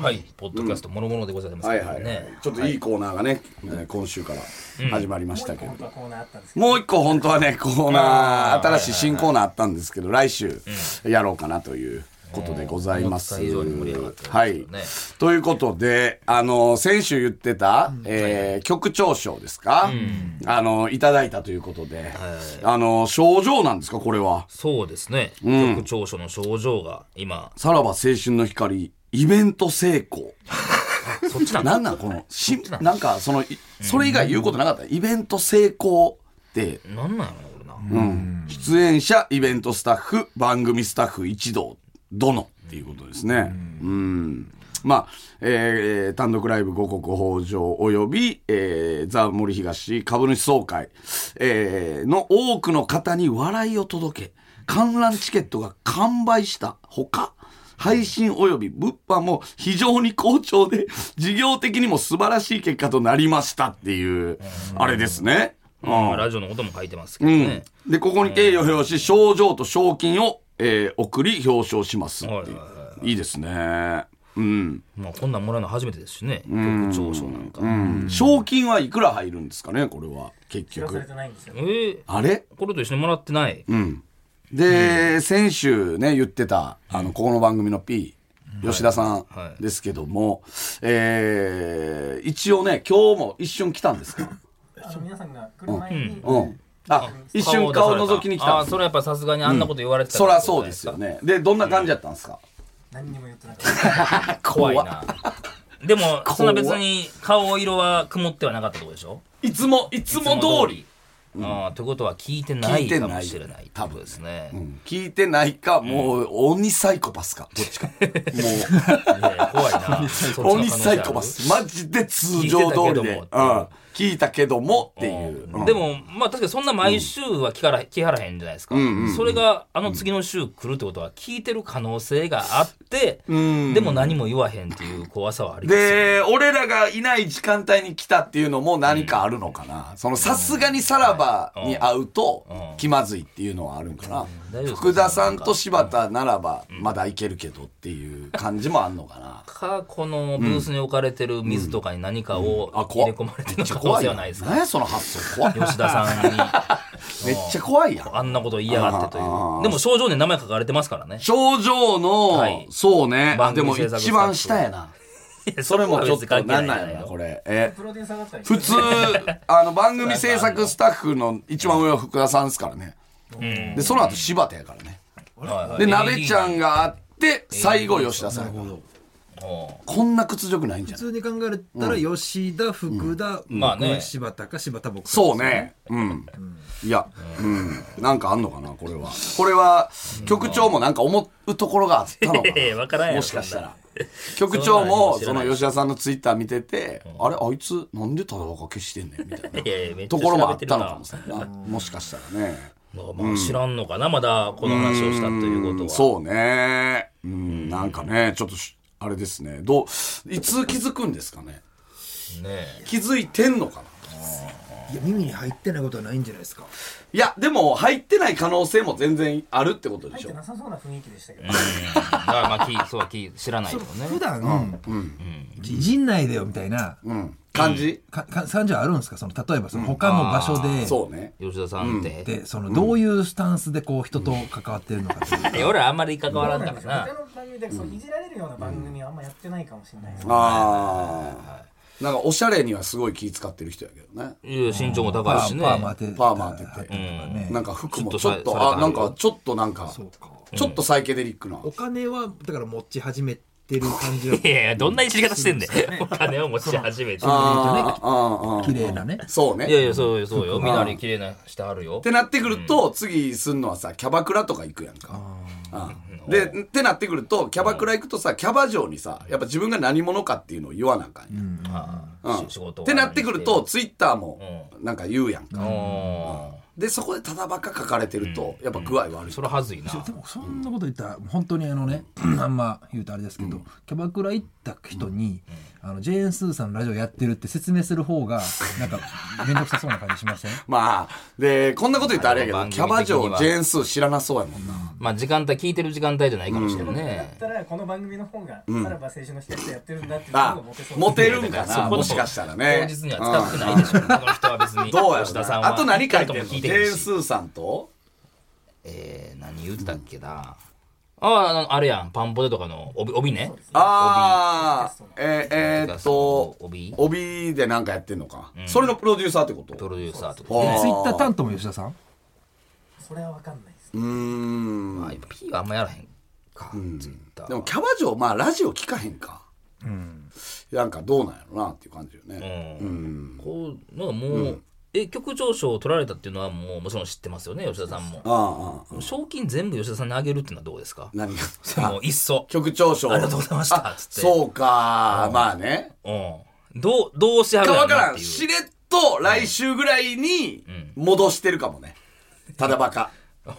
はい、ポッドキャストもろもろでございますけどね。 ちょっといいコーナーがね、今週から始まりましたけど、もう一個本当はねコーナー、新しい新コーナーあったんですけど、来週やろうかなということでございます。はい。ということで、先週言ってた、局長賞ですか、いただいたということで、賞状なんですか、これは。 そうですね。局長賞の賞状が今。 さらば青春の光、イベント成功。 そっちなんなんこの、なんか、それ以外言うことなかった。イベント成功って。 なんなんやろな、これな。 出演者、イベントスタッフ、番組スタッフ一同。殿っていうことですね。まあ、単独ライブ五穀豊穣および、ザ・森東株主総会、の多くの方に笑いを届け、観覧チケットが完売したほか、配信および物販も非常に好調で、事業的にも素晴らしい結果となりましたっていう、あれですね。 ラジオのことも書いてますけどね。 で、ここに敬意を表し、賞状と賞金を送り表彰しますっていう。いいですね。まあこんなんもらうの初めてですしね。局長賞なんか。 賞金はいくら入るんですかね、これは結局。あれ？ これと一緒にもらってない。 で、先週ね言ってたここの番組の P 吉田さんですけども、一応ね今日も一瞬来たんですか。 皆さんが来る前に。 一瞬顔覗きに来たんです。 それやっぱさすがにあんなこと言われてた、 そりゃそうですよね。で、どんな感じだったんですか。 何にも言ってなかった。 怖いな。でもそんな別に顔色は曇ってはなかったとこでしょ。 いつも通り。 ということは聞いてないかもしれない。多分ですね。 聞いてないか、もう鬼サイコパスか、どっちか。もう怖いな。 鬼サイコパス。マジで通常通りで。聞いたけどもっていう。 でもまあ確かにそんな毎週は来はらへんじゃないですか。それが次の週来るってことは聞いてる可能性があって、でも何も言わへんっていう怖さはありますよね。 で、俺らがいない時間帯に来たっていうのも何かあるのかな。さすがにさらばに会うと気まずいっていうのはあるんかな。福田さんと柴田ならばまだいけるけどっていう感じもあんのかな。 このブースに置かれてる水とかに何かを入れ込まれてる可能性はないですか。 何やその発想怖い。 吉田さんにめっちゃ怖いやん。 あんなこと言いやがってという。でも賞状に名前書かれてますからね。 賞状の、そうね。でも一番下やな。それもちょっとなんなんやなこれ。普通番組制作スタッフの一番上は福田さんですからね。でその後柴田やからね。で鍋ちゃんがあって最後吉田さん。こんな屈辱ないんじゃない。 普通に考えたら吉田、福田、柴田か柴田僕。 そうね。いや、なんかあんのかなこれは。これは局長もなんか思うところがあったのかな。もしかしたら。局長もその吉田さんのツイッター見てて、あれあいつなんでただ若消してんねんみたいなところもあったのかもしれない。もしかしたらね。 まあ知らんのかなまだこの話をしたということは。 そうね。なんかねちょっとあれですね。いつ気づくんですかね。気づいてんのかな。 いや耳に入ってないことはないんじゃないですか。 いやでも入ってない可能性も全然あるってことでしょ。 入ってなさそうな雰囲気でしたけど。 だからまあそう知らないよね。 普段陣内でよみたいな感じ感じはあるんですか。例えば他の場所でそうね吉田さんってでどういうスタンスでこう人と関わってるのかっていう。 俺はあんまり関わらんからな。 他の番組でいじられるような番組はあんまやってないかもしれないですね。 なんかおしゃれにはすごい気使ってる人やけどね。 身長も高いしね。 パーマ当てて、なんか服もちょっとなんかちょっとサイケデリックな。 お金はだから持ち始めてる感じは。 いやどんないじり方してんねん。お金を持ち始めて。綺麗なね。 そうね。 いやそうよ。みなり綺麗なしてあるよ。 ってなってくると次すんのはさキャバクラとか行くやんか。でってなってくるとキャバクラ行くとさキャバ嬢にさやっぱ自分が何者かっていうのを言わなあかんやん。ってなってくるとツイッターもなんか言うやんか。でそこでただばっか書かれてるとやっぱ具合悪い。 それはずいな。 でもそんなこと言ったら本当にあんま言うとあれですけど、キャバクラ行った人にジェーン・スーさんのラジオやってるって説明する方がなんか面倒くさそうな感じしません？ まあ、で、こんなこと言ったらあれやけど、 番組的にはキャバ嬢、ジェーンスー知らなそうやもんな。 まあ時間帯聞いてる時間帯じゃないかもしれないだねっ。たらこの番組の方がさらば青春の光やってるんだっていうのがあモテそう、 モテるんかな、 そこのもしかしたら当ね。 日には使ってないでしょ。この人は別に。 どうやろ吉田さんは。 な。あと何書いてんの？ジェ二人とも聞いてへんしーンスーさんと何言ってたっけな。あれやん。パンポテとかの帯ね。帯帯でなんかやってんのか。それのプロデューサーってこと？ プロデューサーとかはあね。 ツイッター担当も吉田さん？ それは分かんないです。 まあ、P はあんまやらへんか。ツイッターはでもキャバ嬢、まあラジオ聞かへんか。なんかどうなんやろなっていう感じよね。 こう、なんかもう、局長賞を取られたっていうのはもちろん知ってますよね、吉田さんも。賞金全部吉田さんにあげるっていうのはどうですか？ 何が？ もういっそ。 局長賞。 ありがとうございました。つって。 そうか、まあね。 どうしはるわからん。 やろなっていう。 しれっと来週ぐらいに戻してるかもね。ただバカ。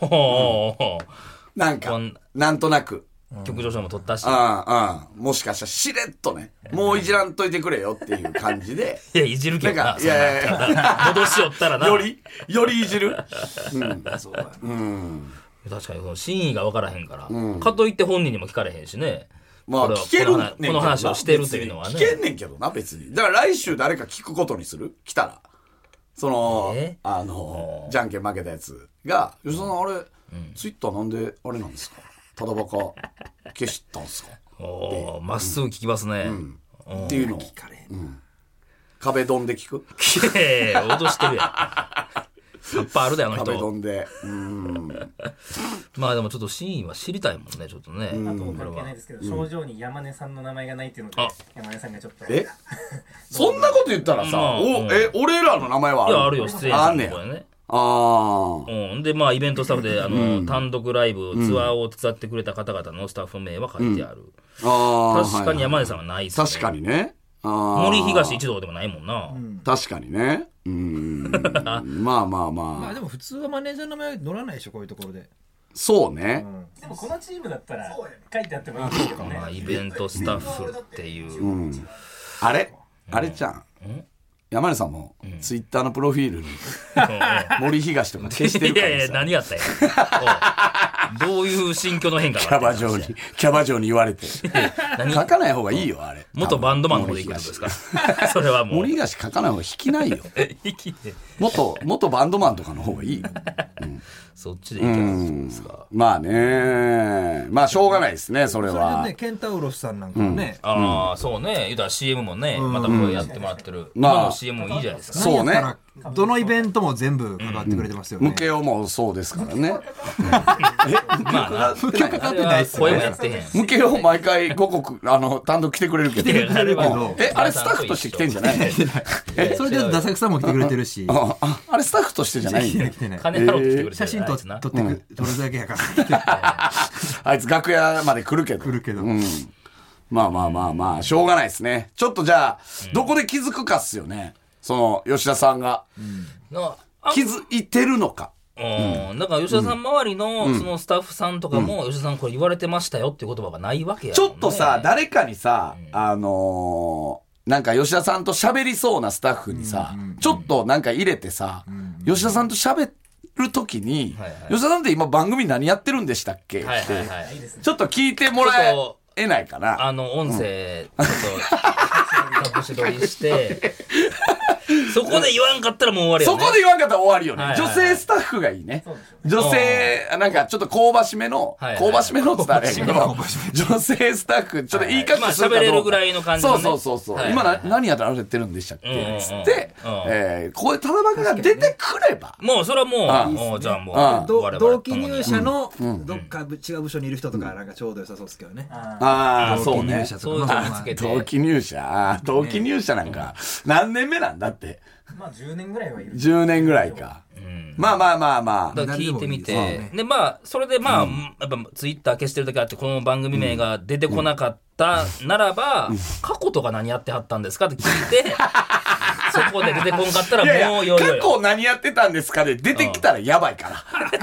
なんか、なんとなく。 局長賞も取ったし。 もしかしたらしれっとね、もういじらんといてくれよっていう感じで。 いや、いじるけどな。 いや戻しよったらな。 よりいじる。 そうだ。確かに、真意が分からへんから。かといって本人にも聞かれへんしね。 まあ聞けるねんけどな。 この話をしてるっていうのはね。 聞けんねんけどな、別に。だから来週誰か聞くことにする？来たら。その、じゃんけん負けたやつが、吉田さんあれ、ツイッターなんであれなんですか？ただバカ消したんすか？ まっすぐ聞きますね。 っていうのを。壁ドンで聞く？ 脅してるやん。やっぱあるだよ、あの人。 壁ドンで。 まあでもちょっと真意は知りたいもんね、ちょっとね。 あと関係ないですけど、症状に山根さんの名前がないっていうので、山根さんがちょっと。 そんなこと言ったらさ、俺らの名前はある？ いや、あるよ、出演者のとこでね。で、まあ、イベントスタッフで、単独ライブ、ツアーを手伝ってくれた方々のスタッフ名は書いてある。確かに山根さんはないっすね。 確かにね。 森東一同でもないもんな。 確かにね。まあでも普通はマネージャーの名前乗らないでしょ、こういうところで。 そうね。 でもこのチームだったら書いてあってもいいんですけどね。 イベントスタッフっていう。 あれちゃん。山根さんもツイッターのプロフィールに森東とか消してるからさ。 いや何やったんや。どういう心境の変化キャバ嬢に言われて。書かない方がいいよ、あれ。 元バンドマンの方で行くんですか？それはもう。 森東書かない方が引きないよ。元バンドマンとかの方がいいよ。 そっちでいけないですか。 まあね。まあしょうがないですね、それは。 それでね、ケンタウロスさんなんかもね。 そうね。言うたら CM もね、またこれやってもらってる。今の CM もいいじゃないですか。 そうね。 どのイベントも全部関わってくれてますよね。 ムケオもそうですからね。 まあ、 曲かかってないっすよ声もやってへん。 ムケオ毎回5国、単独来てくれるけど。 あれあれスタッフとして来てんじゃないの？ それでダサクさんも来てくれてるし。 あれスタッフとしてじゃないんだ。 来てない。 金払って来てくれてる。 写真撮るだけやから。 あいつ楽屋まで来るけど。まあ、しょうがないですね。ちょっとじゃあ、どこで気づくかっすよね。その、吉田さんが。気づいてるのか。 だから吉田さん周りのそのスタッフさんとかも、吉田さんこれ言われてましたよっていう言葉がないわけやちょっとさ、誰かにさ、なんか吉田さんと喋りそうなスタッフにさ、ちょっとなんか入れてさ、吉田さんと喋るときに、吉田さんって今番組何やってるんでしたっけって、ちょっと聞いてもらえないかな。 音声、ちょっと、隠し撮りして、そこで言わんかったらもう終わりよね。 そこで言わんかったら終わりよね。女性スタッフがいいね。女性、なんかちょっと香ばしめの、香ばしめのって言ったらあれやけど、女性スタッフ、ちょっと言い方するかどうか。 喋れるぐらいの感じのね。 そう。今何やってられてるんでしたっけつって、ここでただバカが出てくれば。 もうそれはもう、じゃあもう、 同期入社のどっか違う部署にいる人とかなんかちょうど良さそうですけどね。 そうね。同期入社なんか、何年目なんだって。 まあ10年ぐらいはいる。 10年ぐらいか。まあ。 だから聞いてみて。で、まあ、それでまあ、やっぱツイッター消してる時あって、この番組名が出てこなかったならば、過去とか何やってはったんですかって聞いて、 そこで出てこんかったらいやいやもうよ過去何やってたんですかで出てきたらやばいから。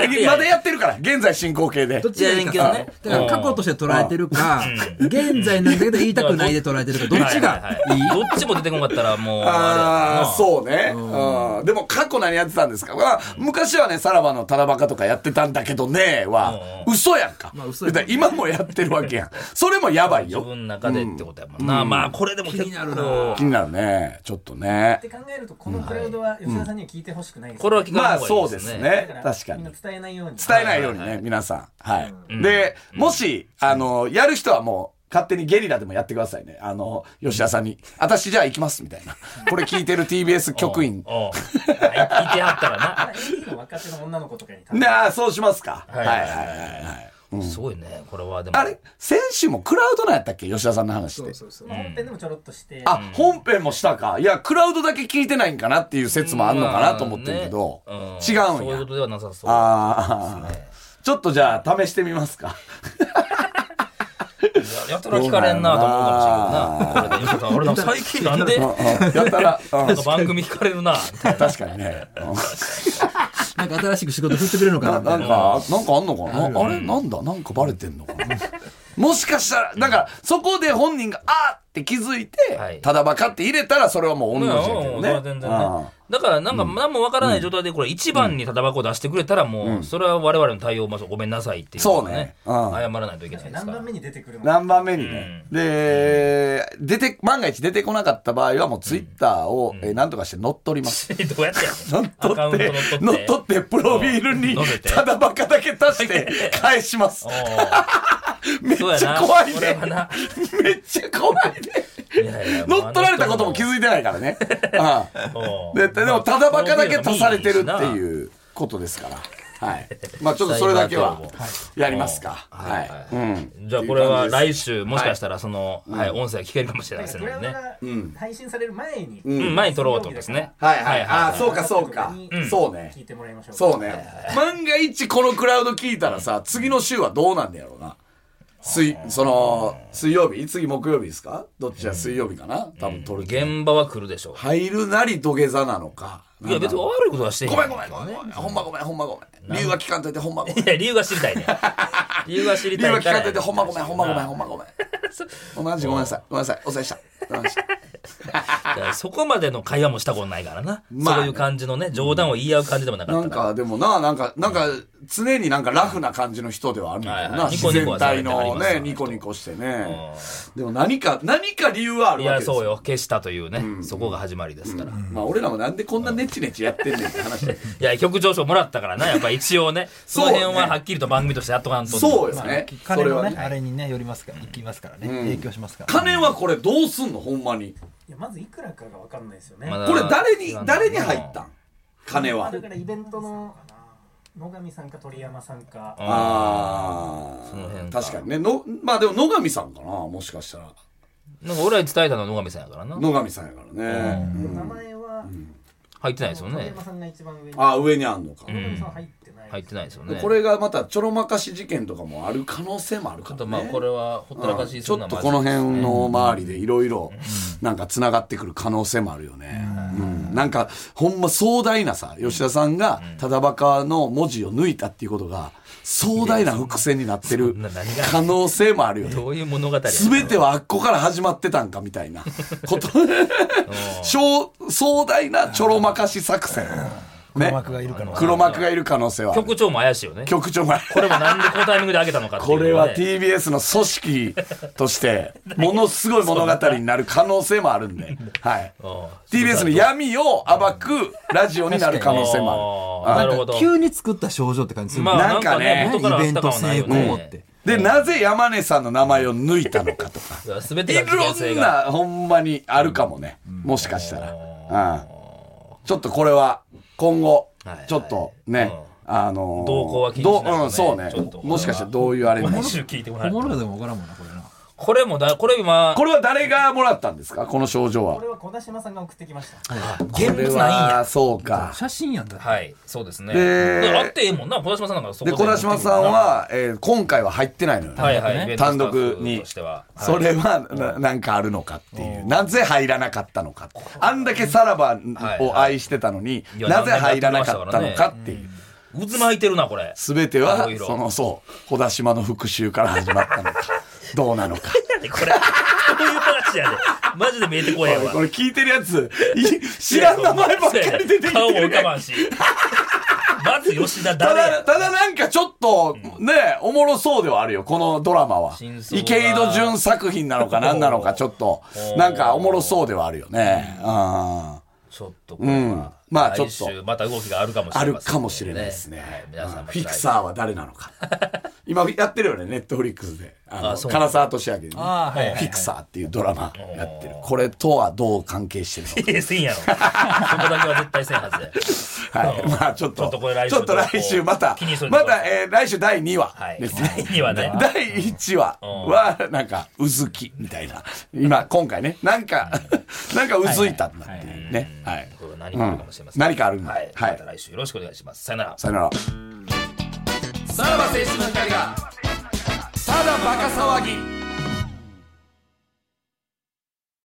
まだやってるから、現在進行形で。 どっちがいいかさ、だから過去として捉えてるか、現在なんだけど言いたくないで捉えてるか、どっちがいい？ どっちも出てこんかったらもうああ、 うそうね。でも過去何やってたんですか？昔はね、さらばのただバカとかやってたんだけどね、は、嘘やんか。 嘘やん。 今もやってるわけやん。それもやばいよ。 自分の中でってことやもんな。まあ、これでも結構気になるな。 気になるね。ちょっとねっ。て考えるとこのクラウドは吉田さんには聞いてほしくないです、 これは聞かないまあそう方がいいでね。 ですすね。 だから確かにみんな。伝えないように伝えないようにね、皆さん。はい。で、もし、やる人はもう、勝手にゲリラでもやってくださいね。吉田さんに。私じゃあ行きます、みたいな。これ聞いてる TBS 局員。 聞いてはったらな。 AD の若手の女の子とかになあ、そうしますか。 はいはいはいはい。 すごいね、これはでも。 あれ先週もクラウドなんやったっけ吉田さんの話って。 本編でもちょろっとしてあ、本編もしたか。いや、クラウドだけ聞いてないんかなっていう説もあんのかなと思ってるけど、違うんやそういうこ。とではなさそう。 ああ、ちょっとじゃあ試してみますか。 やたら聞かれんなと思うかもしれんな。これで吉田さん、俺なんか最近なんでやったら、 なんか番組聞かれるなみたいな。 確かにね。 なんか新しく仕事振ってくれるのかなみたいな。 なんかあんのかなあれなんだなんかバレてんのかなもしかしたら、だから、そこで本人が、あーって気づいて、ただバカって入れたら、それはもう同じやけどね。 全然ね。だから、なんか、何もわからない状態で、これ、一番にただ箱を出してくれたら、もう、それは我々の対応、ごめんなさいっていう。 そうね。 謝らないといけないですから。 何番目に出てくるの何番目にね。で、万が一出てこなかった場合は、もうツイッターを、なんとかして乗っ取ります。 どうやってや乗っ取って、乗っ取って、プロフィールに、ただバカだけ足して、返します。めっちゃ怖いね。めっちゃ怖いね。乗っ取られたことも気づいてないからね。でも、ただバカだけ足されてるっていうことですから。はい。まあちょっとそれだけはやりますか。はい。 じゃあこれは来週もしかしたらその音声が聞けるかもしれませんのでね。 配信される前に前に撮ろうとですね。 はいはい。ああ、そうかそうか。そうね。 聞いてもらいましょう。 そうね。万が一このクラウド聞いたらさ、次の週はどうなんだろうな。水曜日次木曜日ですかどっちは水曜日かな多分撮る。 現場は来るでしょう。 入るなり土下座なのか。 いや別に悪いことはしてへん。 ごめん。ほんまごめん。理由は聞かんといてほんまごめん。 いや理由が知りたいね。理由が知りたいから。 理由は聞かんといてほんまごめん。マジごめんなさい。お世話した。 そこまでの会話もしたことないからな。そういう感じのね、冗談を言い合う感じでもなかったから。 なんかでもなんか常になんかラフな感じの人ではあるんだよな。自然体のね、ニコニコしてね。でも何か理由はあるわけですよ。 いや、そうよ。消したというね。そこが始まりですから。 まあ俺らもなんでこんなネチネチやってんねんって話。いや、局長賞もらったからな。やっぱ一応ね、その辺ははっきりと番組としてやっとかんと。 そうですね。 金のね、あれにね、よりますから、行きますからね。影響しますから。 金はこれどうすんのほんまに。 いや、まずいくらかが分かんないですよね。 これ誰に入ったん金は。 だからイベントの野上さんか鳥山さんか。 その辺確かにね。まあでも野上さんかなもしかしたら。 なんか俺らに伝えたのは野上さんやからな。 野上さんやからね。 名前は入ってないですよね。 鳥山さんが一番上に。 上にあんのか。 野上さん入ってない。 入ってないですよね。 これがまたちょろまかし事件とかもある可能性もあるからね。 まあこれはほったらかしちょっとこの辺の周りでいろいろなんか繋がってくる可能性もあるよね。なんかほんま壮大なさ、吉田さんがただバカの文字を抜いたっていうことが壮大な伏線になってる可能性もあるよね。 どういう物語や。 全てはあっこから始まってたんかみたいなこと壮大なちょろまかし作戦。 黒幕がいる可能性。 黒幕がいる可能性は。 局長も怪しいよね。 局長も。 これもなんでこのタイミングで上げたのかっていう、ね。 これは TBS の組織として、ものすごい物語になる可能性もあるんで。はい。TBS の闇を暴くラジオになる可能性もある。 なるほど。 急に作った症状って感じする。 なんかね、 イベント成功って。 で、なぜ山根さんの名前を抜いたのかとか。 全てが危険性いろんな、ほんまにあるかもね。もしかしたら。ちょっとこれは、今後、ちょっとね、 動向は気にしないとね。 そうね。もしかしたらどういうあれになる。 本物でも分からんもんな、これな。 これ今。 これは誰がもらったんですかこの症状は。 これは小田島さんが送ってきました。 現物ないんや。 そうか。 写真やんだ。 はい、そうですね。あってええもんな、小田島さんなんかそこで。 小田島さんは、今回は入ってないのよ。 はいはい。 単独に。それは、なんかあるのかっていう。 なぜ入らなかったのか。あんだけさらばを愛してたのに、なぜ入らなかったのかっていう。 渦巻いてるな、これ。 すべては、小田島の復讐から始まったのか、どうなのか。 これ、そういう話やで。マジで見えてこへんわ。 これ聞いてるやつ、知らん名前ばっかり出てきてる。 顔も浮かばんし。まず吉田誰や。 ただなんかちょっと、ね、おもろそうではあるよ、このドラマは。池井戸潤作品なのか何なのか、ちょっと、なんかおもろそうではあるよね。 ちょっとこれは、 まあちょっとまた動きがあるかもしれません、 あるかもしれないですね。 皆さんフィクサーは誰なのか。今やってるよね、ネットフリックスで。唐沢俊明に、フィクサーっていうドラマやってる。これとはどう関係してるのか。 せんやろ。そこだけは絶対せんはずで。 はい。まあちょっと来週また来週第2話ですね。 第2話ね。 第1話はなんかうずきみたいな。今回ね、なんかうずいたんだっていうね。はい。 何かあるかもしれません。 何かあるんだ。 はい。また来週よろしくお願いします。さよなら。 さよなら。さらば青春の光がただバカ騒ぎ。